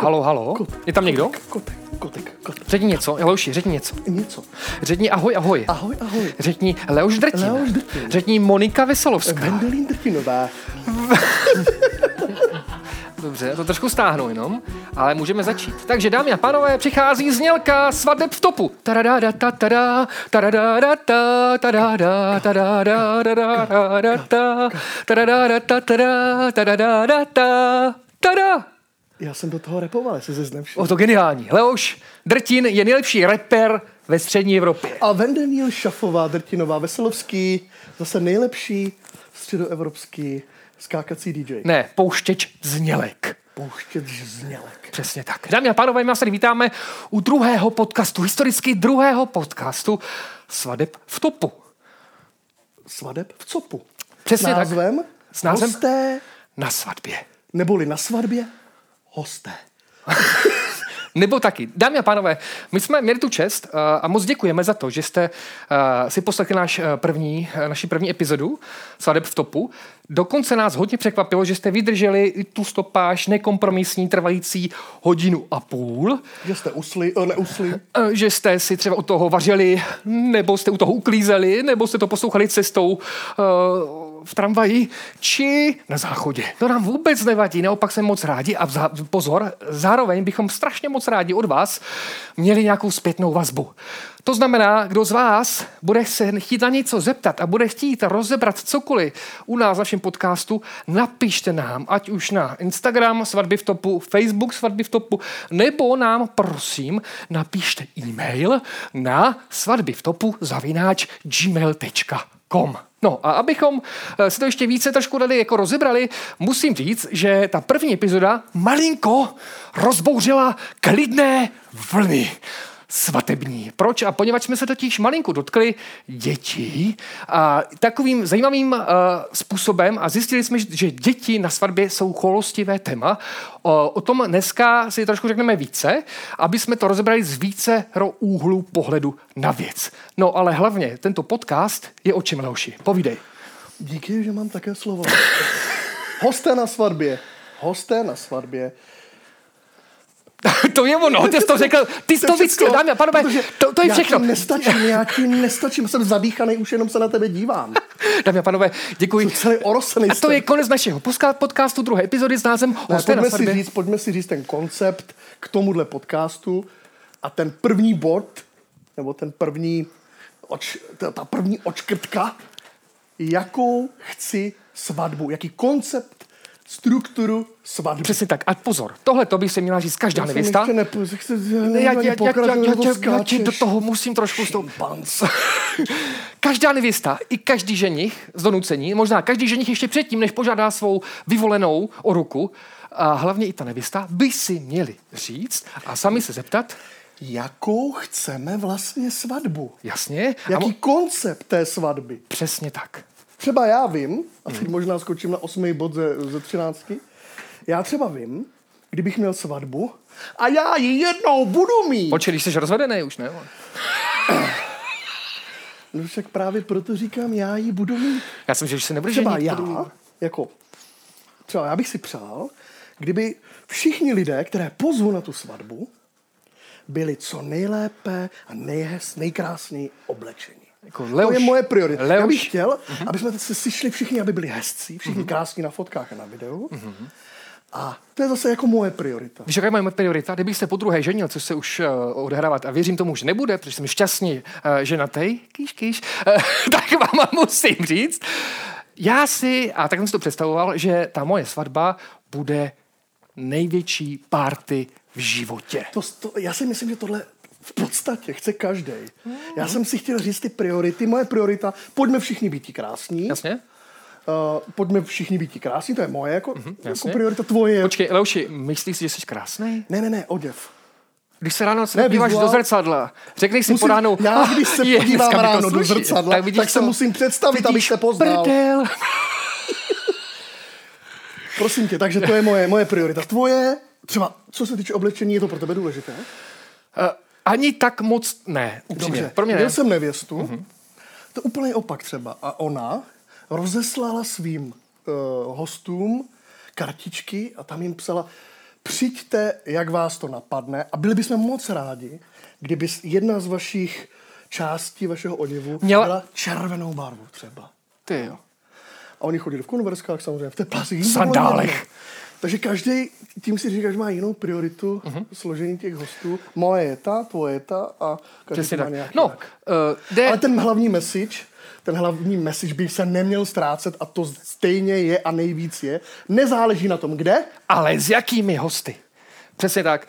Halo. Je tam někdo? Kotek. Řekni něco, Leoši, řekni něco. Něco. Řekni ahoj. Ahoj. Řekni Leoš Drtin. Řekni Monika Veselovská. Vendelín Drtinová. Dobře, to trošku stáhnu jenom, ale můžeme začít. Takže dámy a pánové, přichází znělka Svateb v topu. Já jsem do toho rapoval, jestli se znevšil. O, to geniální. Leoš Drtin je nejlepší rapper ve střední Evropě. A Vendelín Šafová, Drtinová, Veselovský, zase nejlepší středoevropský skákací DJ. Ne, pouštěč znělek. Pouštěč znělek. Přesně tak. Dámy a pánové, my vás tady vítáme u druhého podcastu, historicky druhého podcastu Svadeb v topu. Svadeb v copu. Přesně S názvem Hosté na svatbě. neboli na svatbě hosté. Nebo taky. Dámy a pánové, my jsme měli tu čest a moc děkujeme za to, že jste si poslechli naši první epizodu Svadeb v topu. Dokonce nás hodně překvapilo, že jste vydrželi tu stopáž nekompromisní, trvající 1,5 hodiny. Že jste neusli. Že jste si třeba u toho vařili, nebo jste u toho uklízeli, nebo jste to poslouchali cestou v tramvaji, či na záchodě. To nám vůbec nevadí, naopak jsme moc rádi a pozor, zároveň bychom strašně moc rádi od vás měli nějakou zpětnou vazbu. To znamená, kdo z vás bude se chtít na něco zeptat a bude chtít rozebrat cokoliv u nás v našem podcastu, napište nám, ať už na Instagram Svatby v topu, Facebook Svatby v topu, nebo nám, prosím, napište e-mail na svatbyvtopu@gmail.com. No a abychom si to ještě více trošku tady jako rozebrali, musím říct, že ta první epizoda malinko rozbouřila klidné vlny svatební. Proč? A poněvadž jsme se totiž malinko dotkli dětí a takovým zajímavým způsobem a zjistili jsme, že děti na svatbě jsou choulostivé téma. O tom dneska si trošku řekneme více, aby jsme to rozebrali z více úhlů pohledu na věc. No ale hlavně tento podcast je o čem, Leoši? Povídej. Díky, že mám také slovo. Hosté na svatbě. To je ono, ty jsi to řekl, ty jsi to vyctil, dámy a pánové, to je všechno. Já ti nestačím, jsem zadýchaný, už jenom se na tebe dívám. Dámy a pánové, děkuji. Celý orosený a to je konec našeho podcastu, druhé epizody s názvem Hosté na svatbě. Pojďme si říct ten koncept k tomuhle podcastu a ten první bod, nebo ta první očkrtka, jakou chci svatbu, jaký koncept, strukturu svatby. Přesně tak. A pozor, tohle to by se měla říct každá nevěsta. Já ti do toho musím trošku vstoupit. Každá nevěsta i každý ženich z donucení, možná každý ženich ještě předtím, než požádá svou vyvolenou o ruku, a hlavně i ta nevěsta, by si měli říct a sami se zeptat, jakou chceme vlastně svatbu. Jasně. Jaký koncept té svatby. Přesně tak. Třeba já vím, a teď možná skočím na 8. bod ze 13. Já třeba vím, kdybych měl svatbu a já ji jednou budu mít. Počkej, když jsi rozvedený už, ne? No však právě proto říkám, já ji budu mít. Já jsem, že se nebudeš třeba já bych si přál, kdyby všichni lidé, které pozvu na tu svatbu, byli co nejlépe a nejkrásněji oblečení. Jako Leoš, to je moje priorita. Já bych chtěl, aby jsme se sešli všichni, aby byli hezcí, všichni krásní na fotkách a na videu. A to je zase jako moje priorita. Víš, jaká je moje priorita? Kdybych se podruhé ženil, což se už odehrávat a věřím tomu, že nebude, protože jsem šťastně ženatej, tak vám musím říct, já si, a tak jsem si to představoval, že ta moje svatba bude největší party v životě. Já si myslím, že tohle v podstatě chce každý. Já jsem si chtěl říct ty priority. Moje priorita, pojďme všichni být krásní. Jasně. Pojďme všichni být krásní, to je moje jako priorita, tvoje. Počkej, Leoši, myslíš si, že jsi krásný? Ne, oděv. Když se ráno podíváš do zrcadla, řekneš si po ránu, já když se podívám ráno do zrcadla, tak se musím představit, abych se poznal. Prdel. Prosím tě, takže to je moje priorita. Tvoje, třeba, co se týče oblečení, je to pro tebe důležité? Ani tak moc ne. Dobře, pro mě ne. Měl jsem nevěstu, to je úplný opak třeba. A ona rozeslala svým hostům kartičky a tam jim psala, přijďte, jak vás to napadne a byli bychom moc rádi, kdyby jedna z vašich částí vašeho oděvu byla červenou barvu třeba. Ty jo. A oni chodili v konverskách samozřejmě, v teplácích. Sandálech. Takže každý tím si říká, že má jinou prioritu složení těch hostů. Moje je ta, tvoje je ta a každý má nějaký jinak. Ale ten hlavní message by se neměl ztrácet a to stejně je a nejvíc je. Nezáleží na tom, kde. Ale s jakými hosty. Přesně tak.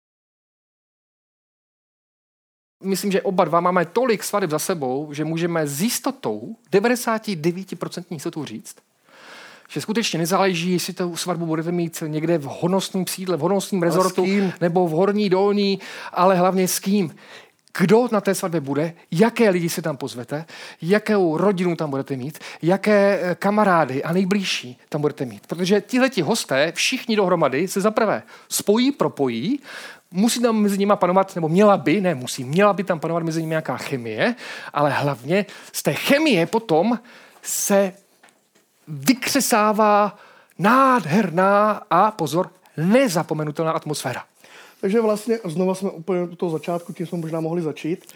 Myslím, že oba dva máme tolik svadeb za sebou, že můžeme s jistotou, 99% jistotou říct, že skutečně nezáleží, jestli tu svatbu budete mít někde v honosném sídle, v honosném rezortu, nebo v horní, dolní, ale hlavně s kým. Kdo na té svatbě bude, jaké lidi se tam pozvete, jakou rodinu tam budete mít, jaké kamarády a nejbližší tam budete mít. Protože tihleti hosté, všichni dohromady se zaprvé spojí, propojí, musí tam mezi nimi panovat, nebo měla by tam panovat mezi nimi nějaká chemie, ale hlavně z té chemie potom se vykřesává nádherná a pozor, nezapomenutelná atmosféra. Takže vlastně znova jsme úplně do toho začátku, tím jsme možná mohli začít.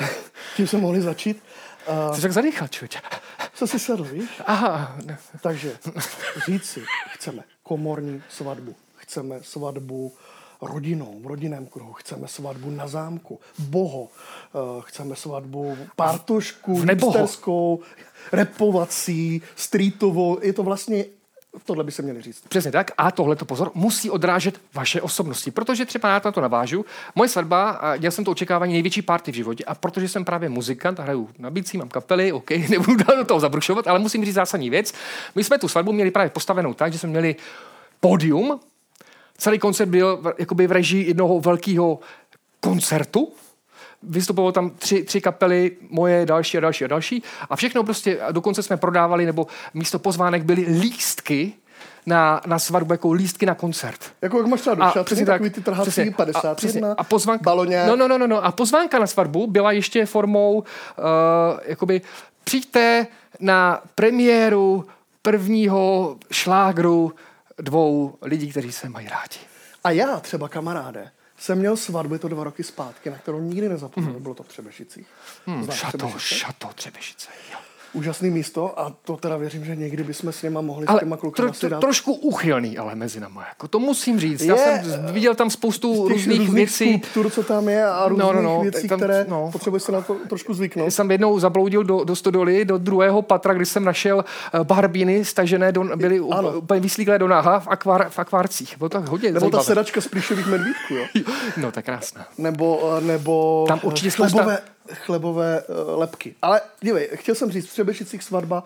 Jsi tak zadýchal, člověče. Co jsi sedl, víš? Aha. Ne. Takže říct si, chceme komorní svatbu, chceme svatbu rodinou, v rodinném kruhu, chceme svatbu na zámku, boho, chceme svatbu partošku, hipsterskou, repovací, streetovou, je to vlastně. Tohle by se měli říct. Přesně tak. A tohleto, pozor, musí odrážet vaše osobnosti. Protože třeba já na to navážu. Moje svatba, dělal jsem to očekávání největší party v životě. A protože jsem právě muzikant a hraju na bicí, mám kapely, OK, nebudu do toho zabrušovat, ale musím říct zásadní věc. My jsme tu svatbu měli právě postavenou tak, že jsme měli pódium. Celý koncert byl jakoby v režii jednoho velkého koncertu. Vystupovalo tam tři kapely, moje, další a další a další. A všechno prostě, dokonce jsme prodávali, nebo místo pozvánek byly lístky na svatbu, jako lístky na koncert. Jako jak máš třeba do šatny, takový ty trhací 51, a pozvánka, baloně. No. A pozvánka na svatbu byla ještě formou, jakoby, přijďte na premiéru prvního šlágru dvou lidí, kteří se mají rádi. A já třeba, kamaráde, jsem měl svatbu, to 2 roky zpátky, na kterou nikdy nezapomněl, bylo to v Třebešicích. Šato Třebešice, jo. Úžasné místo a to teda věřím, že někdy bychom s nima mohli s těma klukama si dát. Trošku uchylný, ale mezi náma, jako to musím říct. Já jsem viděl tam spoustu různých věcí. Skulptur, co tam je a různých věcí, které potřebuješ se na to trošku zvyknout. Jsem jednou zabloudil do stodoly, do 2. patra, kdy jsem našel barbíny stažené, byly úplně vyslíklé do náha v akvárcích. Bylo to hodně nebo zajímavé. Ta sedačka z plíšových medvídků, jo? No, tak krásná. Nebo tam určitě chlebové lepky. Ale dívej, chtěl jsem říct, v Třebešicích svatba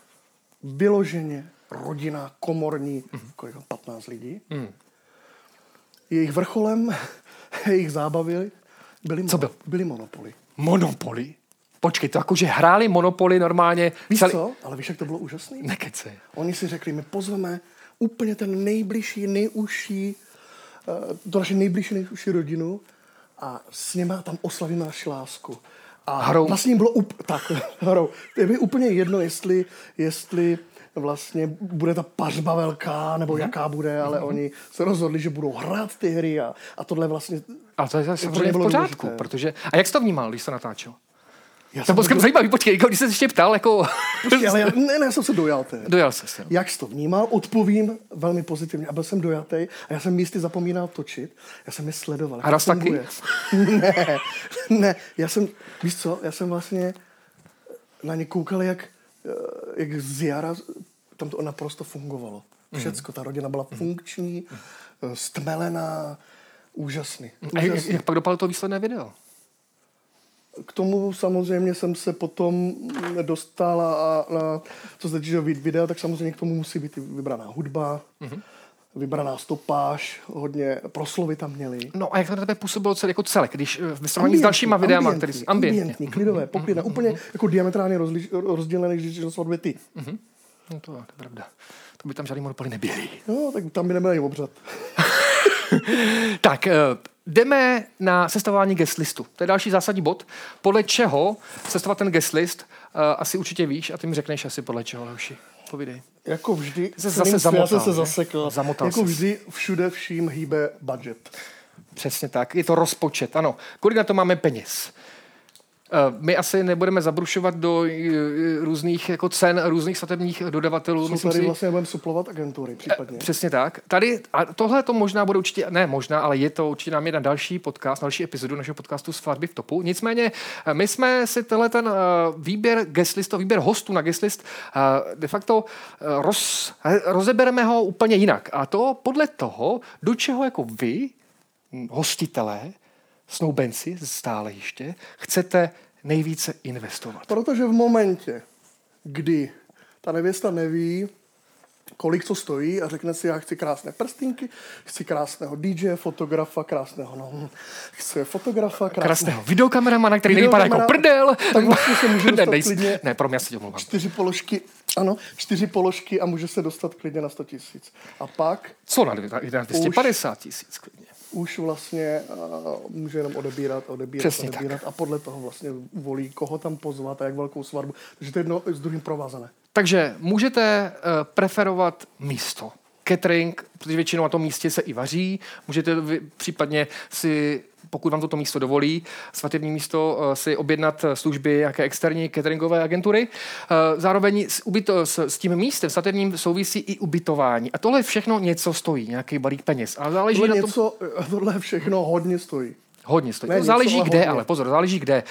vyloženě rodina, komorní, kolik 15 lidí. Jejich vrcholem, jejich zábavy byly Monopoly. Monopoly? Počkej, to jakože hráli Monopoly normálně. Víš co? Ale víš, jak to bylo úžasný? Nekecej. Oni si řekli, my pozveme úplně ten nejbližší, nejužší, to naše nejbližší rodinu a s nima tam oslavíme naši lásku. A hrou. Vlastně bylo hrou. To je úplně jedno, jestli vlastně bude ta pařba velká, nebo jaká bude, ale oni se rozhodli, že budou hrát ty hry a tohle vlastně. A to je samozřejmě v pořádku, protože. A jak jsi to vnímal, když se natáčel? To bylo zajímavý, počkej, když jsi ještě ptal, jako. Počkej, ale já jsem se dojal. Dojal jsi se. Jak jsi to vnímal? Odpovím velmi pozitivně. A byl jsem dojatý a já jsem místy zapomínal točit. Já jsem je sledoval. A raz taky? Ne. Víš co? Já jsem vlastně na ně koukal, jak z jara tam to naprosto fungovalo. Všecko, ta rodina byla funkční, stmelená, úžasný. A jak pak dopadlo to výsledné video? K tomu samozřejmě jsem se potom dostal a co se týče videa, tak samozřejmě k tomu musí být vybraná hudba, vybraná stopáž, hodně proslovy tam měli. No a jak to na tebe působilo jako celek, když ve srovnání s dalšíma videama, které jsou ambientní, klidové, poklidné, úplně jako diametrálně rozdělené, když na svatbě ty. No to je pravda. To by tam žádný Monopoly nebyly. No, tak tam by nebyl ani obřad. Tak, jdeme na sestavování guest listu. To je další zásadní bod. Podle čeho sestavovat ten guest list, asi určitě víš a ty mi řekneš asi podle čeho, Leoši. Povídej. Jako vždy, se zase zamotal, já jsem se zasekl. Zamotal jako ses. vždy, všude vším hýbe budget. Přesně tak, je to rozpočet, ano. Kolik na to máme peněz? My asi nebudeme zabrušovat do různých jako cen různých svatebních dodavatelů. Co myslím tady si, vlastně budeme suplovat agentury případně. Přesně tak. Tady, a tohle to možná bude určitě, ne možná, ale je to určitě nám jeden další podcast, další epizodu našeho podcastu Svatby v topu. Nicméně, my jsme si tenhle ten výběr guestlist, výběr hostů na guestlist de facto rozebereme ho úplně jinak. A to podle toho, do čeho jako vy, hostitelé, snoubenci stále ještě, chcete nejvíce investovat. Protože v momentě, kdy ta nevěsta neví, kolik co stojí a řekne si, já chci krásné prstínky, chci krásného DJ, fotografa, chci fotografa, krásného videokameramana, který nevypadá jako prdel. Tak vlastně se může dostat klidně Ne, pro mě se tě omlouvám. 4 položky a může se dostat klidně na 100 000. A pak... Co na 250 000 klidně? Už vlastně může jenom odebírat a podle toho vlastně volí, koho tam pozvat a jak velkou svatbu. Takže to je jedno s druhým provázané. Takže můžete preferovat místo. Catering, protože většinou na tom místě se i vaří. Můžete případně si, pokud vám toto místo dovolí, svatební místo si objednat služby nějaké externí cateringové agentury. Zároveň s tím místem svatebním souvisí i ubytování. A tohle všechno něco stojí, nějaký balík peněz. A záleží na tom... Tohle všechno hodně stojí. Hodně stojí. Ne, záleží kde, ale pozor, záleží kde.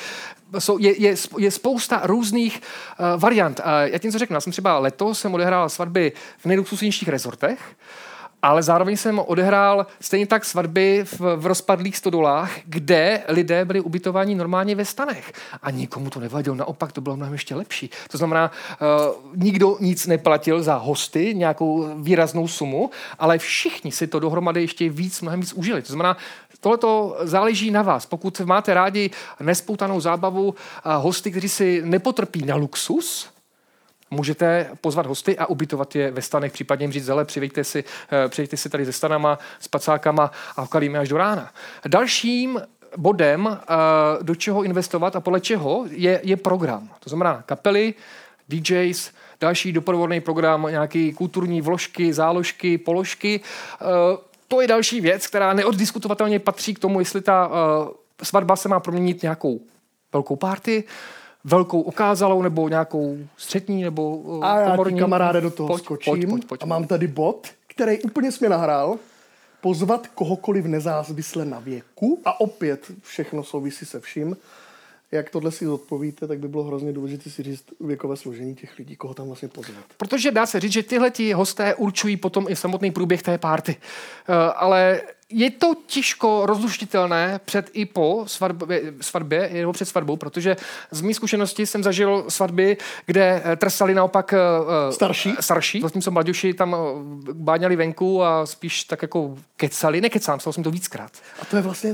Je spousta různých variant. Já tím, co řeknu, já jsem třeba letos odehrál svatby v nejluxusnějších rezortech, ale zároveň jsem odehrál stejně tak svatby v rozpadlých stodolách, kde lidé byli ubytováni normálně ve stanech. A nikomu to nevadilo, naopak to bylo mnohem ještě lepší. To znamená, nikdo nic neplatil za hosty, nějakou výraznou sumu, ale všichni si to dohromady ještě mnohem víc užili. To znamená, tohleto záleží na vás. Pokud máte rádi nespoutanou zábavu a hosty, kteří si nepotrpí na luxus, můžete pozvat hosty a ubytovat je ve stanech, případně jim říct, zele, přijďte si tady se stanama, s pacákama a hokalíme až do rána. Dalším bodem, do čeho investovat a podle čeho, je program. To znamená kapely, DJs, další doprovodný program, nějaké kulturní vložky, záložky, položky. To je další věc, která neoddiskutovatelně patří k tomu, jestli ta svatba se má proměnit nějakou velkou party, velkou okázalou, nebo nějakou střední, nebo a já komorní. ti, kamaráde, do toho skočím. Pojď. A mám tady bod, který úplně jsi mě nahrál. Pozvat kohokoliv nezávisle na věku. A opět všechno souvisí se vším. Jak tohle si odpovíte, tak by bylo hrozně důležité si říct věkové složení těch lidí, koho tam vlastně pozvat. Protože dá se říct, že tyhleti hosté určují potom i samotný průběh té party. Ale je to těžko rozluštitelné před i po svatbě nebo před svatbou, protože z mých zkušeností jsem zažil svatby, kde trsali naopak starší. Zatímco mladěši tam báňali venku a spíš tak jako kecali. Nekecám, stalo jsem to víckrát. A to je vlastně,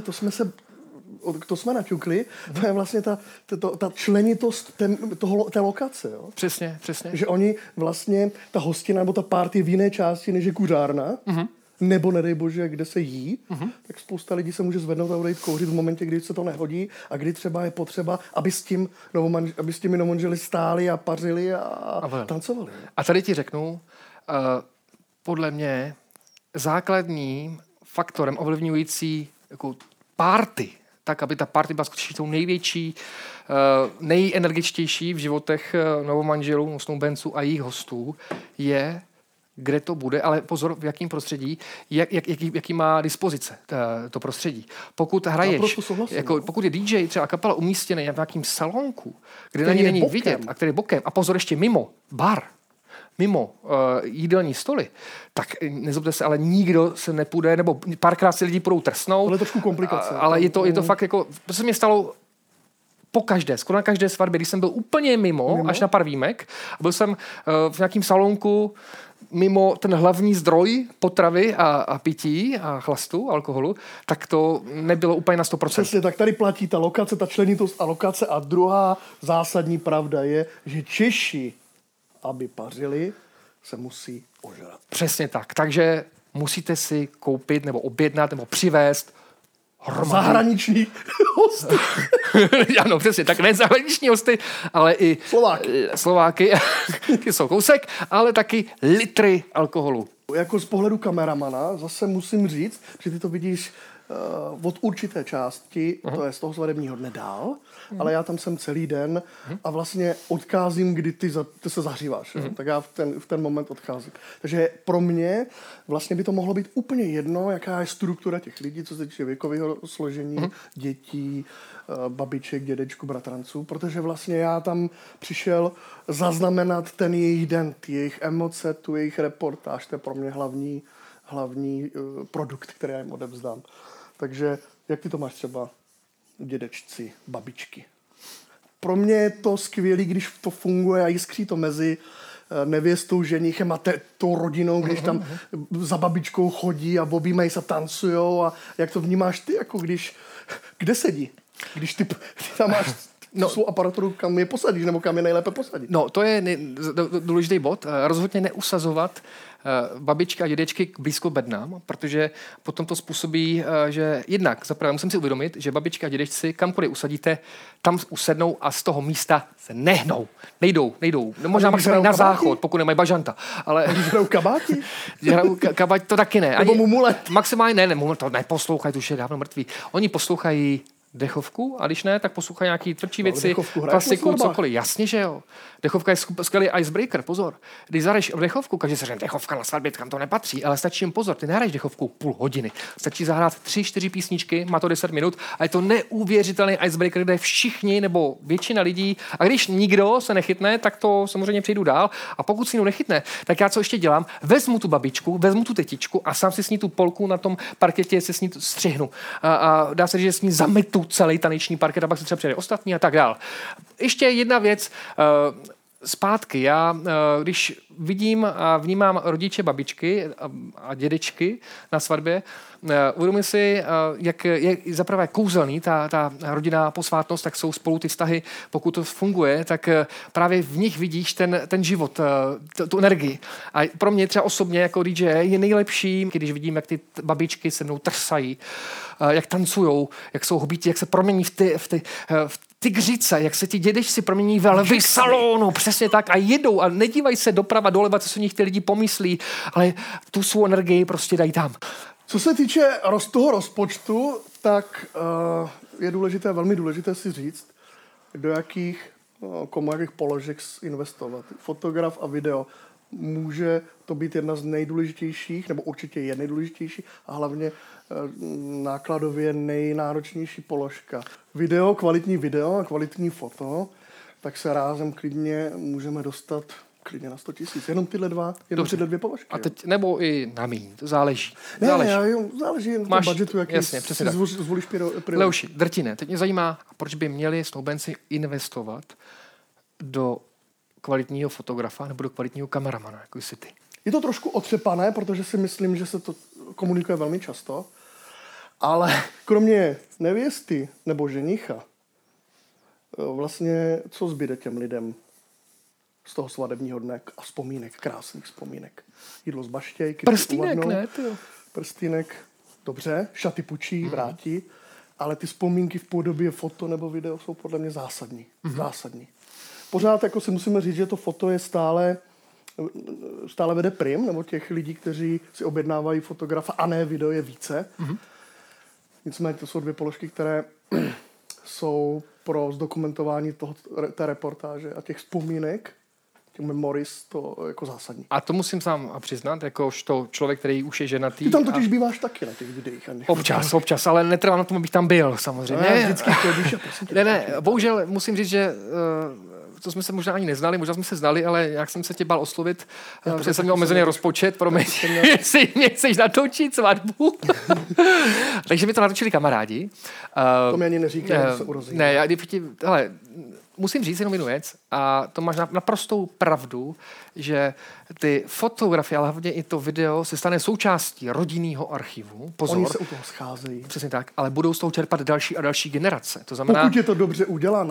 to jsme naťukli, to je vlastně ta členitost té lokace. Jo? Přesně. Že oni vlastně, ta hostina nebo ta party v jiné části, než je kuřárna, nebo nedej bože, kde se jí, tak spousta lidí se může zvednout a odejít kouřit v momentě, kdy se to nehodí a kdy třeba je potřeba, aby s těmi novomanželi stáli a pařili a tancovali. A tady ti řeknu, podle mě základním faktorem ovlivňující jako party, tak, aby ta party byla skutečně tou největší, nejenergičtější v životech novomanželů, snoubenců a jejich hostů, je, kde to bude, ale pozor, v jakém prostředí, jaký má dispozice to prostředí. Pokud hraješ, pokud je DJ, třeba kapela umístěný v nějakém salonku, kde na ní není vidět, a který je bokem, a pozor, ještě mimo bar, mimo jídelní stoly, tak nezlobte se, ale nikdo se nepůjde, nebo párkrát si lidi půjdou trsnout. Ale trošku komplikace. Ale je to fakt jako, to se mě stalo skoro na každé svatbě, když jsem byl úplně mimo, až na pár výjimek, a byl jsem v nějakém salonku mimo ten hlavní zdroj potravy a pití a chlastu, alkoholu, tak to nebylo úplně na 100%. Přesně, tak tady platí ta lokace, ta členitost a lokace a druhá zásadní pravda je, že Češi, aby pařili, se musí ožrat. Přesně tak. Takže musíte si koupit nebo objednat nebo přivést Zahraniční hosty. Ano, přesně, tak ne zahraniční hosty, ale i Slováky, ty jsou kousek, ale taky litry alkoholu. Jako z pohledu kameramana zase musím říct, že ty to vidíš od určité části, to je z toho svatebního dne dál, ale já tam jsem celý den a vlastně odcházím, kdy ty se zahříváš. Tak já v ten moment odcházím. Takže pro mě vlastně by to mohlo být úplně jedno, jaká je struktura těch lidí, co se týče věkového složení, dětí, babiček, dědečků, bratranců, protože vlastně já tam přišel zaznamenat ten jejich den, ty jejich emoce, tu jejich reportáž, to je pro mě hlavní produkt, který já jim odevzdám. Takže jak ty to máš třeba dědečci, babičky? Pro mě je to skvělý, když to funguje a jiskří to mezi nevěstou, ženichem a tou rodinou, když tam za babičkou chodí a objímají se, tancujou a jak to vnímáš ty, jako kde sedí? Když ty tam máš svou aparaturu, kam je posadíš, nebo kam je nejlépe posadit? No, to je důležitý bod. Rozhodně neusazovat babičky a dědečky blízko bednám, protože potom to způsobí, že jednak, zaprvé musím si uvědomit, že babičky a dědečci, kamkoliv usadíte, tam usednou a z toho místa se nehnou. Nejdou. Možná maximálně na záchod, pokud nemají bažanta. Ale hrajou kabáti? Kabáti to taky ne. Nebo mumulet? Maximálně ne, to neposlouchají, to už je dávno mrtvý. Oni poslouchají dechovku a když ne, tak poslouchají nějaký tvrdší věci, klasiku, cokoliv. Jasně, že jo. Dechovka je skvělý icebreaker, pozor. Když zahraješ dechovku, každý se řekne, dechovka na svatbě, kam to nepatří, ale stačí jim pozor, ty nehraješ dechovku půl hodiny. Stačí zahrát 3-4 písničky, má to 10 minut a je to neuvěřitelný icebreaker, kde všichni nebo většina lidí, a když nikdo se nechytne, tak to samozřejmě přejdu dál. A pokud si ji nechytne, tak já co ještě dělám? Vezmu tu babičku, vezmu tu tetičku a sám si s ní tu polku na tom parketě se s ní střihnu. A dá se říct, že s ní zametu celý taneční parket a pak se třeba přijde ostatní a tak dál. Ještě jedna věc, zpátky. Já, když vidím a vnímám rodiče, babičky a dědečky na svatbě, uvědomím si, jak je zaprvé kouzelný ta rodinná posvátnost, tak jsou spolu ty vztahy, pokud to funguje, tak právě v nich vidíš ten život, tu energii. A pro mě třeba osobně jako DJ je nejlepší, když vidím, jak ty babičky se mnou trsají, jak tancujou, jak jsou hobíti, jak se promění v tygřice, jak se ti dědečci promění ve lvy salonu, přesně tak, a jedou a nedívají se doprava, doleva, co si o nich ty lidi pomyslí, ale tu svou energii prostě dají tam. Co se týče toho rozpočtu, tak je velmi důležité si říct, do jakých položek investovat. Fotograf a video. Může to být jedna z nejdůležitějších, nebo určitě je nejdůležitější a hlavně nákladově nejnáročnější položka. Kvalitní video a kvalitní foto, tak se rázem klidně můžeme dostat klidně na 100 000. Jenom tyhle dvě položky. A teď, nebo i na míň, to záleží. Záleží na tom budgetu, jaký zvolíš prioritu. Leoši, Drtine, teď mě zajímá, proč by měli snoubenci investovat do kvalitního fotografa nebo do kvalitního kameramana, jako jsi ty. Je to trošku otřepané, protože si myslím, že se to komunikuje velmi často, ale kromě nevěsty nebo ženicha, vlastně co zbyde těm lidem z toho svatebního dne a vzpomínek, krásných vzpomínek. Jídlo z baštějky. Prstýnek, ne? Prstýnek, dobře, šaty pučí, vrátí, ale ty vzpomínky v podobě foto nebo video jsou podle mě zásadní. Zásadní. Pořád jako si musíme říct, že to foto je stále vede prim, nebo těch lidí, kteří si objednávají fotografa a ne video je více. Nicméně to jsou dvě položky, které jsou pro zdokumentování té reportáže a těch vzpomínek, těch memories, to jako zásadní. A to musím sám přiznat, jakožto člověk, který už je ženatý. Ty tam totiž býváš taky na těch videích. Občas, ale netrvám na tom, abych tam byl, samozřejmě. Vždycky chodíš a prosím tě. Ne, bohužel musím říct, že to jsme se možná ani neznali, možná jsme se znali, ale jak jsem se tě bál oslovit, protože jsem měl omezený rozpočet, jestli mě chceš natočit svatbu. Takže mi to natočili kamarádi. To mi ani neříkej, že se urozí. Ne, musím říct jenom jednu věc. a to máš naprostou pravdu, že ty fotografie, ale hlavně i to video se stane součástí rodinného archivu. Pozor. Oni se u toho scházejí. Přesně tak, ale budou z toho čerpat další a další generace. To znamená... Pokud je to dobře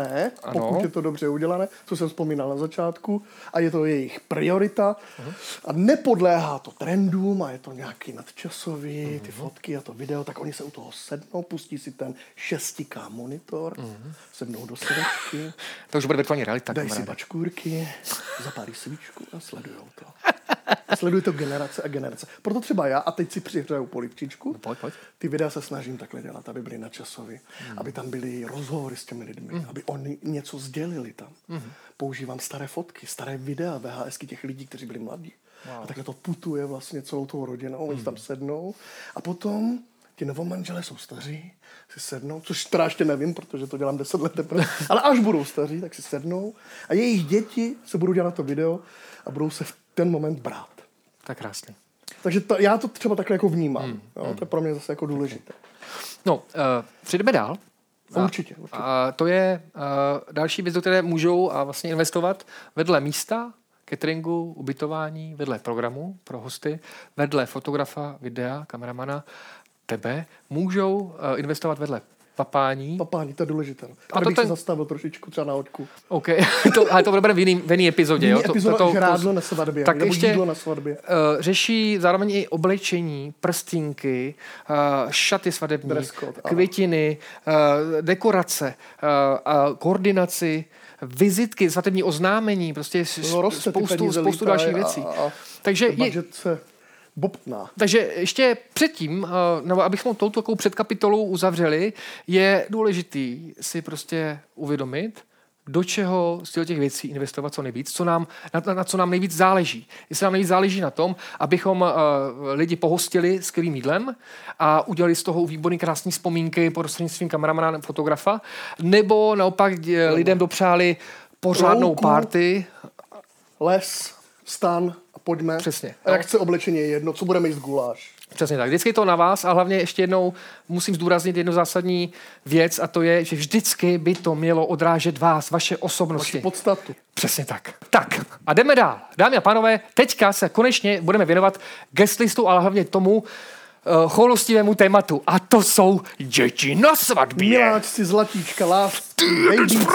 udělané, co jsem vzpomínal na začátku, a je to jejich priorita a nepodléhá to trendům a je to nějaký nadčasový, ty fotky a to video, tak oni se u toho sednou, pustí si ten 6K monitor, sednou do sedačky, To už bude virtuální realita. dají si bačkůrky, zapálí svíčku a sledujou to. Sledují to generace a generace. Proto třeba já, a teď si přihřeju polivčičku, Pojď. ty videa se snažím takhle dělat, aby byly nadčasový, aby tam byly rozhovory s těmi lidmi, aby oni něco sdělili tam. Používám staré fotky, staré videa, VHSky těch lidí, kteří byli mladí. A takhle to putuje vlastně celou tou rodinou, oni tam sednou a potom ti novomanželé jsou staří, si sednou, což teda ještě nevím, protože to dělám 10 let teprve, ale až budou staří, tak si sednou a jejich děti se budou dělat na to video a budou se v ten moment brát. Tak krásně. Takže já to třeba takhle jako vnímám. Jo? To je pro mě zase jako důležité. No, přijdeme dál. Určitě. A to je další věc, do které můžou vlastně investovat vedle místa, cateringu, ubytování, vedle programu pro hosty, vedle fotografa, videa, kameramana, tebe, můžou investovat vedle papání. Papání, to je důležité. Tady bych se zastavil trošičku třeba na hoďku. OK, ale to budeme v jiný epizodě. Jiný epizoda žrádlo na svatbě, tak nebo ještě jídlo na svatbě. Řeší zároveň i oblečení, prstínky, šaty svadební, květiny, dekorace, koordinaci, vizitky, svatební oznámení, prostě spoustu dalších věcí. Takže budget se bobtná. Takže ještě předtím, nebo abychom touto takovou předkapitolou uzavřeli, je důležitý si prostě uvědomit, do čeho z těch věcí investovat co nejvíc, na co nám nejvíc záleží. Jestli nám nejvíc záleží na tom, abychom lidi pohostili skvělým jídlem a udělali z toho výborný krásný vzpomínky prostřednictvím kameramana nebo fotografa, nebo naopak lidem dopřáli pořádnou party. Les, stan a pojďme. Přesně. A jak chce oblečení je jedno, co budeme jíst guláš. Přesně tak. Vždycky je to na vás a hlavně ještě jednou musím zdůraznit jednu zásadní věc a to je, že vždycky by to mělo odrážet vás, vaše osobnosti. Vaši podstatu. Přesně tak. Tak a jdeme dál. Dámy a pánové, teďka se konečně budeme věnovat guest listu, ale hlavně tomu choulostivému tématu. A to jsou děti na svatbě. Miláčci, zlatíčka, lásky, babyci.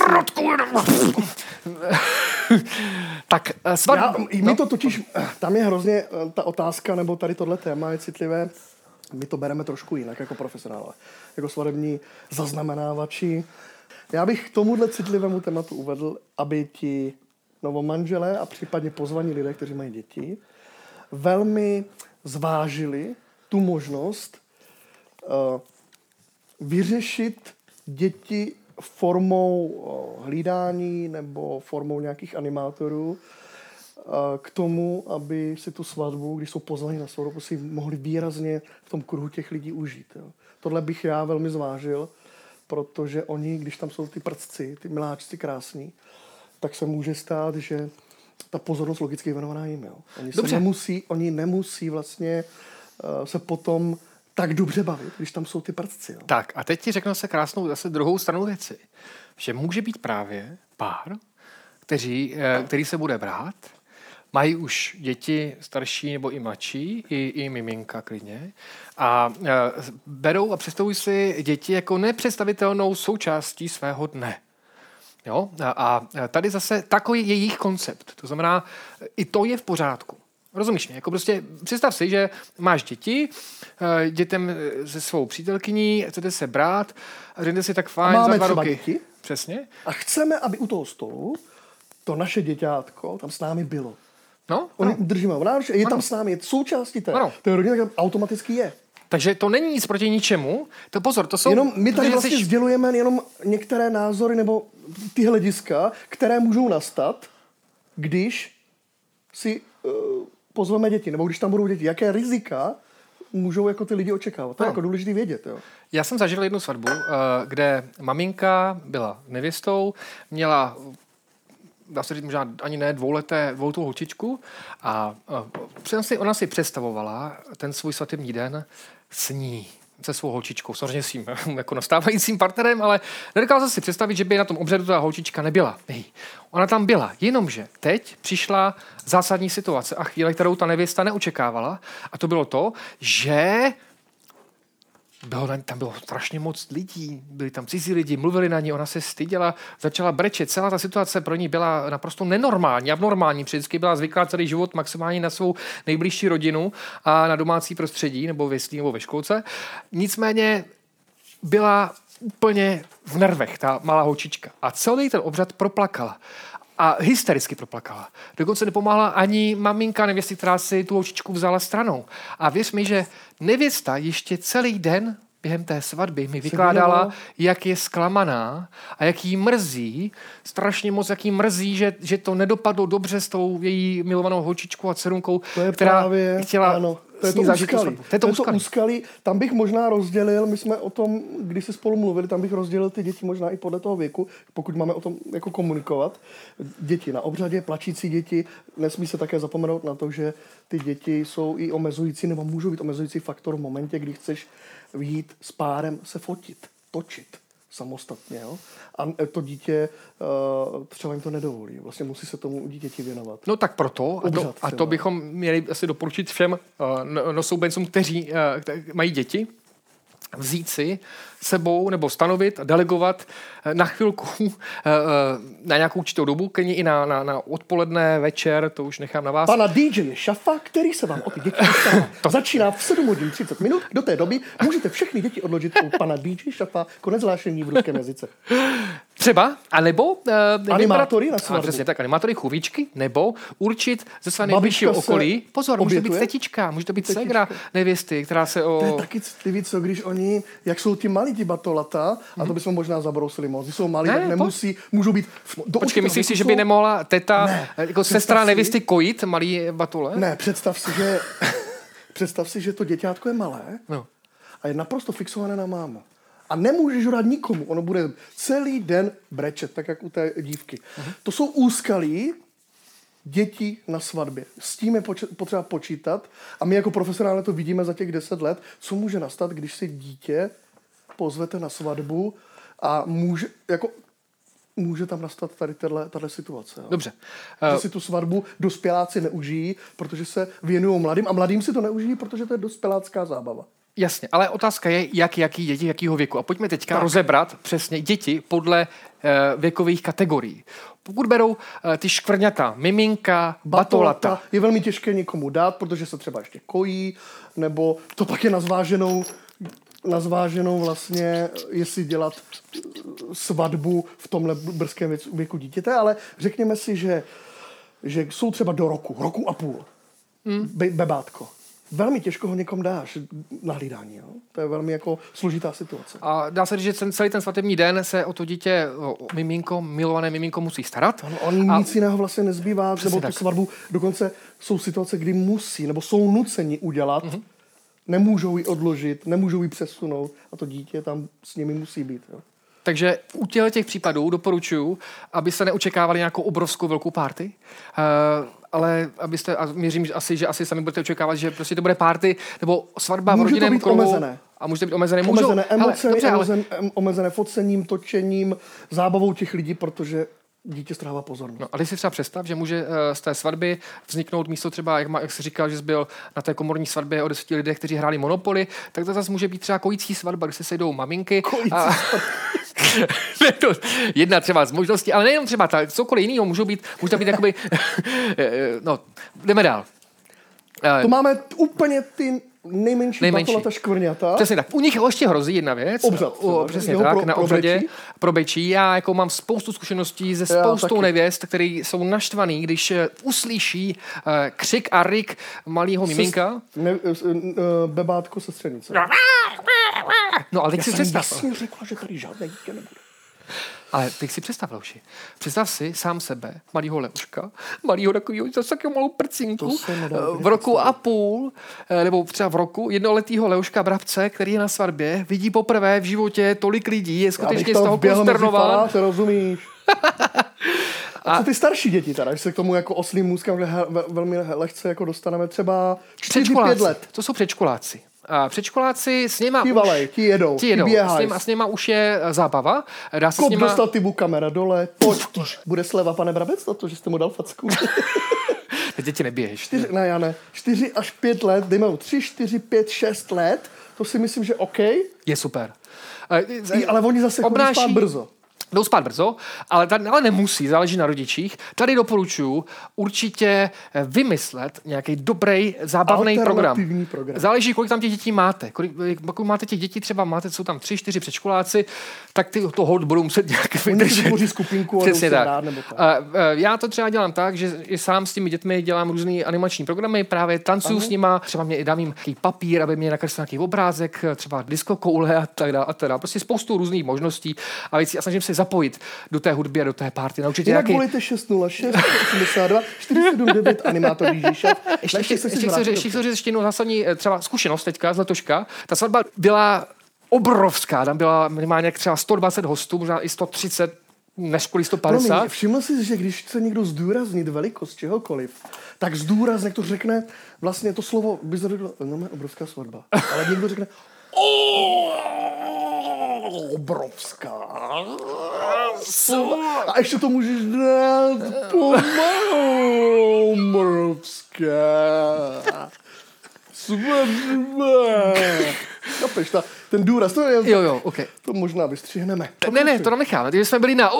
Tak svatba. My to totiž, tam je hrozně ta otázka, nebo tady tohle téma je citlivé. My to bereme trošku jinak jako profesionálové, jako svatební zaznamenávači. Já bych k tomuhle citlivému tématu uvedl, aby ti novomanželé a případně pozvaní lidé, kteří mají děti, velmi zvážili tu možnost vyřešit děti formou hlídání nebo formou nějakých animátorů k tomu, aby si tu svatbu, když jsou pozvaní na svatbu, si mohli výrazně v tom kruhu těch lidí užít. Jo. Tohle bych já velmi zvážil, protože oni, když tam jsou ty prcci, ty miláčci krásní, tak se může stát, že ta pozornost logicky je věnovaná jim. Jo. Oni nemusí vlastně se potom tak dobře bavit, když tam jsou ty prcci. Jo. Tak a teď ti řeknu se krásnou zase druhou stranu věci. Že může být právě pár, který se bude brát, mají už děti starší nebo i mladší, i miminka klidně, a berou a představují si děti jako nepředstavitelnou součástí svého dne. Jo? A tady zase takový je jejich koncept. To znamená, i to je v pořádku. Rozumíš mě? Jako prostě představ si, že máš dětem se svou přítelkyní, chcete se brát a řeknete si tak fajn za 2 roky. Děti? Přesně. A chceme, aby u toho stolu to naše děťátko tam s námi bylo. No? Oni držíme v náruči, je tam s námi, je součástí té rodiny, tak automaticky je. Takže to není nic proti ničemu. To pozor, to jsou... Jenom my tady vlastně sdělujeme jenom některé názory nebo ty hlediska, které můžou nastat, když si pozveme děti, nebo když tam budou děti. Jaké rizika můžou jako ty lidi očekávat? To je jako důležité vědět. Jo. Já jsem zažil jednu svatbu, kde maminka byla nevěstou, měla, dá se říct možná ani ne dvouletou holčičku a ona si představovala ten svůj svatební den s ní. se svou holčičkou, samozřejmě svým jako nastávajícím partnerem, ale nedokázal si představit, že by na tom obřadu ta holčička nebyla. Hej. Ona tam byla, jenomže teď přišla zásadní situace a chvíle, kterou ta nevěsta neočekávala, a to bylo to, že tam bylo strašně moc lidí, byli tam cizí lidi, mluvili na ní, ona se styděla, začala brečet. Celá ta situace pro ní byla naprosto nenormální, abnormální. Vždycky byla zvyklá celý život maximálně na svou nejbližší rodinu a na domácí prostředí, nebo v jeslí, nebo ve školce. Nicméně byla úplně v nervech, ta malá holčička. A celý ten obřad proplakala. A hystericky proplakala. Dokonce nepomáhala ani maminka nevěsty, která si tu holčičku vzala stranou. A věř mi, že nevěsta ještě celý den během té svatby mi vykládala, jak je zklamaná a jak jí mrzí, strašně moc, jak jí mrzí, že to nedopadlo dobře s tou její milovanou holčičkou a dcerunkou, která právě, chtěla... Ano. To je to úskalí. Tam bych možná rozdělil, my jsme o tom, když se spolu mluvili, tam bych rozdělil ty děti možná i podle toho věku, pokud máme o tom jako komunikovat. Děti na obřadě, plačící děti, nesmí se také zapomenout na to, že ty děti jsou i omezující, nebo můžou být omezující faktor v momentě, kdy chceš vyjít s párem se fotit, točit samostatně. Jo? A to dítě třeba jim to nedovolí. Vlastně musí se tomu dítěti věnovat. No tak proto, a to bychom měli asi doporučit všem nosoubencům, kteří mají děti, vzít si sebou nebo stanovit, delegovat na chvilku, na nějakou určitou dobu, klidně i na odpoledne, večer, to už nechám na vás. Pana DJ Šafa, který se vám o ty děti dostává. Začíná v 7 hodin 30 minut. Do té doby můžete všechny děti odložit u pana DJ Šafa. Konec zvláštní v ruském jazyce. Třeba, anebo animátory na svatbu. Přesně tak, animátory, chůvičky, nebo určit ze své nejbližšího okolí. Pozor, může to být tetička, může to být ségra nevěsty, která se o... To je taky citlivý, co když oni, jak jsou ti malí, ti batolata, a to bychom možná zabrousili moc. Když jsou malí, tak nemusí, můžou být... Počkej, myslíš si, že by nemohla teta, jako sestra nevěsty kojit malý batole? Ne, představ si, že to děťátko je malé a je naprosto fixované na mámu. A nemůžeš ho dát nikomu. Ono bude celý den brečet, tak jak u té dívky. To jsou úskalí dětí na svatbě. S tím je potřeba počítat. A my jako profesionálně to vidíme za těch 10 let, co může nastat, když si dítě pozvete na svatbu a může tam nastat tady tato situace. Jo. Dobře. Že si tu svatbu dospěláci neužijí, protože se věnují mladým, a mladým si to neužijí, protože to je dospělácká zábava. Jasně, ale otázka je, jaký děti, jakýho věku. A pojďme teďka rozebrat přesně děti podle věkových kategorií. Pokud berou ty škvrňata, miminka, batolata. Je velmi těžké někomu dát, protože se třeba ještě kojí, nebo to pak je na zváženou vlastně, jestli dělat svatbu v tomhle brzkém věku dítěte, ale řekněme si, že jsou třeba do roku a půl. Bebátko. Velmi těžko ho někom dáš na hlídání. Jo? To je velmi jako složitá situace. A dá se říct, že celý ten svatební den se o to dítě, milované miminko musí starat. Ano, on nic jiného vlastně nezbývá, nebo tu svatbu. Dokonce jsou situace, kdy musí, nebo jsou nuceni udělat. Nemůžou ji odložit, nemůžou ji přesunout a to dítě tam s nimi musí být. Jo? Takže u těch případů doporučuji, abyste neočekávali nějakou obrovskou velkou party, ale abyste, a věřím, že asi sami budete očekávat, že prostě to bude party, nebo svatba v rodinném kruhu. Omezené. A může to být omezené. Omezené emoce, omezené focením, točením, zábavou těch lidí, protože dítě strává pozornost. No, ale si třeba představ, že může z té svatby vzniknout místo třeba, jak jsi říkal, že jsi byl na té komorní svatbě o 10 lidech, kteří hráli Monopoly, tak to zase může být třeba kojící svatba, kde se sejdou maminky. Jedna třeba z možností, ale nejenom třeba cokoliv jiného, může být jakoby... no, jdeme dál. To máme úplně ty nejmenší batolata škvrňata. Přesně tak. U nich ještě hrozí jedna věc. Obřad. Přesně tak, na obřadě. Probečí. Já jako mám spoustu zkušeností se spoustou nevěst, který jsou naštvaný, když uslyší křik a rik malého miminka. Bebátko sestřenice. No, ale teď si představ. Já jsem jasně řekla, že tady žádné dítě nebude. Ale teď si představ, Leoši. Představ si sám sebe, malýho Leuška, malýho takového, zase takovou malou prcinku, v roku a půl, nebo třeba v roku, jednoletýho Leuška Brabce, který je na svatbě, vidí poprvé v životě tolik lidí, je skutečně z toho konsternován. To rozumíš. A co ty starší děti teda, že se k tomu jako oslým můzkám velmi lehce jako dostaneme třeba 4-5 let. To jsou předškoláci. předškoláci s něma ti jedou, s něma už je zábava. Dá se Kop s něma... dostal tybu, kamera dole, pojď. Bude sleva, pane Brabec, na to, že jste mu dal facku. Děti neběješ. 4 až 5 let, dejme mu 3, 4, 5, 6 let, to si myslím, že OK. Je super. Ale oni zase chodí spát brzo. Jdou spát brzo, ale nemusí, záleží na rodičích. Tady doporučuji určitě vymyslet nějaký dobrý, zábavný program. Záleží, kolik tam těch dětí máte. Kolik máte těch dětí, třeba jsou tam 3, 4 předškoláci, tak ty toho budou muset nějak vydržet. Oni si skupinku a jdou se dát, nebo tak. Já to třeba dělám tak, že sám s těmi dětmi dělám různý animační programy, právě tancuju s nima, třeba dám jim nějaký papír, aby mě nakreslil nějaký obrázek, třeba disco koule a tak dále. Prostě spoustu různých možností a věcí a snažím se zapojit do té hudby a do té party. Naučit jinak volíte 606 82 479 animátor DJ Šaf. Ještě chci říct ještě jednou zásadní třeba zkušenost teďka z letoška. Ta svatba byla obrovská, tam byla minimálně třeba 120 hostů, možná i 130, neškolí 150. Všiml jsi, že když chce někdo zdůraznit velikost čehokoliv, tak zdůrazně to řekne, vlastně to slovo by řekl, no obrovská svatba, ale někdo řekne obrovská. A ještě to můžeš dát pomalu. Obrovská. Kapeš, ten důraz, to je... Jo, okay. To možná vystřihneme. Ne, to necháme. Když jsme byli na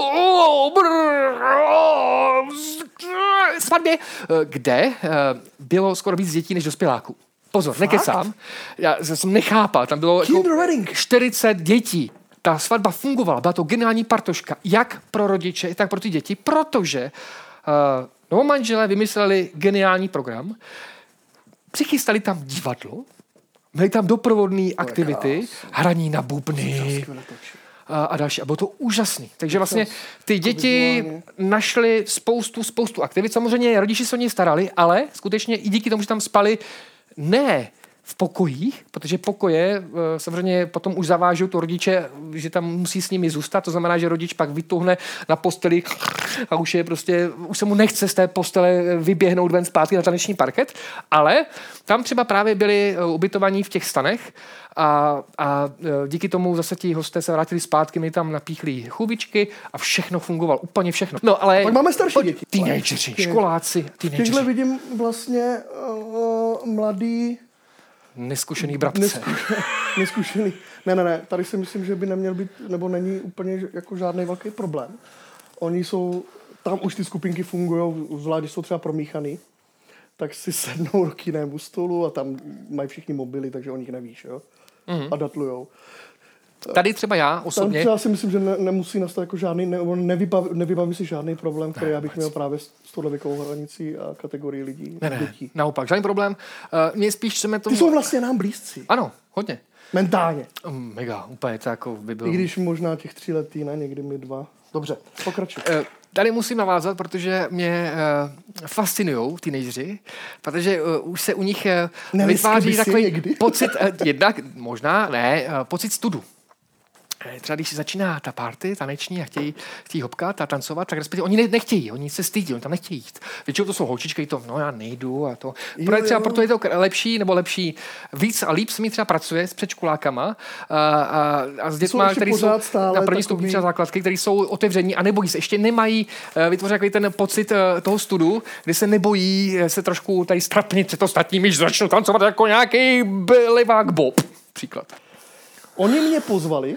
svatbě, kde bylo skoro víc dětí než dospěláků. Pozor, nekecám. Já jsem nechápal, tam bylo jako 40 dětí. Ta svatba fungovala, byla to geniální partoška, jak pro rodiče, tak pro ty děti, protože novomanželé vymysleli geniální program, přichystali tam divadlo, měli tam doprovodné aktivity, hraní na bubny a další. A bylo to úžasný. Takže vlastně ty děti našly spoustu aktivit. Samozřejmě rodiči se o ně starali, ale skutečně i díky tomu, že tam spali ne v pokojích, protože pokoje samozřejmě potom už zavážou to rodiče, že tam musí s nimi zůstat, to znamená, že rodič pak vytuhne na posteli a už se mu nechce z té postele vyběhnout ven zpátky na taneční parket, ale tam třeba právě byli ubytovaní v těch stanech a díky tomu zase ti hosté se vrátili zpátky, mi tam napíchli chůvičky a všechno fungovalo, úplně všechno. No, ale pak máme starší děti. Teenageři, školáci, teenageři. Těchhle vidím vlastně mladý neskušený bratře. Neskušený. Ne, tady si myslím, že by neměl být, nebo není úplně jako žádný velký problém. Oni jsou, tam už ty skupinky fungují, zvlášť když jsou třeba promíchaný, tak si sednou k jinému stolu a tam mají všichni mobily, takže o nich nevíš, jo? A datlujou. Tady třeba já osobně... Tam já si myslím, že nemusí nastat jako žádný, nevybaví si žádný problém, který já bych měl právě s touhle věkovou hranicí a kategorii lidí. Ne, naopak, žádný problém. Mě spíš chceme tomu... Ty jsou vlastně nám blízci. Ano, hodně. Mentálně. Mega, úplně to jako by bylo... I když možná těch 3 letý, ne, někdy mi 2. Dobře, pokračuj. Tady musím navázat, protože mě fascinují teenageři, protože už se u nich vytváří takový pocit, jednak možná, pocit studu. Třeba když začíná ta party taneční a chtějí hopkat a tancovat, tak respektive oni nechtějí, oni se stydí, oni tam nechtějí jít. Většinou to jsou holčičky, já nejdu a to. Proto je to lepší, víc a líp se mi třeba pracuje s předškolákama a s dětma, který jsou na první stupni třeba základky, který jsou otevření a nebojí se, ještě nemají vytvořit takový ten pocit toho studu, kdy se nebojí se trošku tady strapnit před ostatními, že začnou tancovat jako nějaký levák Bob, příklad. Oni mě pozvali,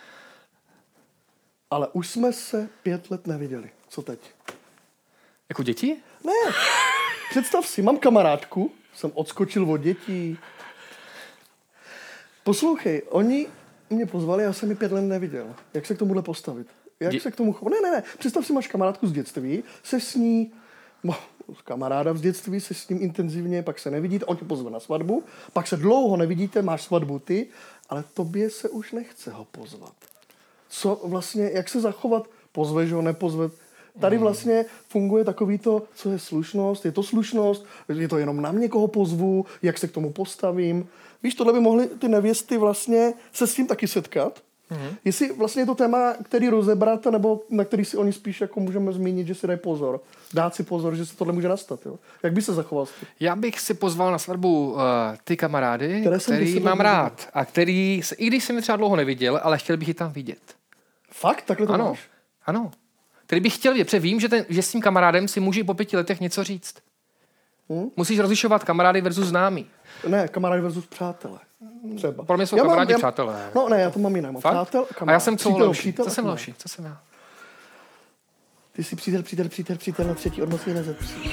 ale už jsme se 5 let neviděli. Co teď? Jako děti? Ne. Představ si, mám kamarádku, jsem odskočil od dětí. Poslouchej, oni mě pozvali, já jsem ji 5 let neviděl. Jak se k tomuhle postavit? Jak se k tomu chovat? Ne. Představ si, máš kamarádku z dětství, se s ní, kamaráda z dětství, se s ním intenzivně, pak se nevidíte, on tě pozve na svatbu, pak se dlouho nevidíte, máš svatbu ty, ale tobě se už nechce ho pozvat. Co vlastně, jak se zachovat, pozveš ho, nepozve. Tady vlastně funguje takový to, co je slušnost, je to jenom na mě, koho pozvu, jak se k tomu postavím. Víš, tohle by mohly ty nevěsty vlastně se s tím taky setkat Jestli vlastně je to téma, který rozebrat, nebo na který si oni spíš jako můžeme zmínit, že si dají pozor. Dát si pozor, že se tohle může nastat. Jo? Jak by se zachoval? Já bych si pozval na svatbu ty kamarády, který mám neviděl. rád a který, i když jsem je třeba dlouho neviděl, ale chtěl bych je tam vidět. Fakt? Takhle to Ano, máš? ano. Který bych chtěl vidět, protože vím, že s tím kamarádem si může po 5 letech něco říct. Musíš rozlišovat kamarády versus známí. Ne, kamarádi versus přátelé. Třeba. Pro mě jsou kamarádi přátelé. No ne, já to mám jiné. Mám přátel, a já jsem co lepší. přítel, Co jsem lepší? Co jsem já? Ty jsi přítel na třetí odnosí nezepří.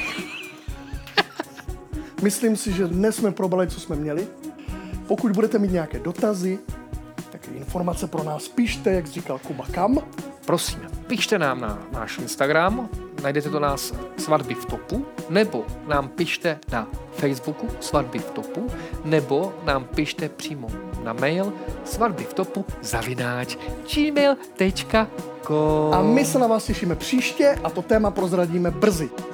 Myslím si, že dnes jsme probrali, co jsme měli. Pokud budete mít nějaké dotazy, tak informace pro nás pište, jak říkal Kuba, kam. Prosím, pište nám na náš Instagram, najdete to nás Svatby v topu, nebo nám pište na Facebooku Svatby v topu, nebo nám pište přímo na mail svatbyvtopu@gmail.com. A my se na vás těšíme příště a to téma prozradíme brzy.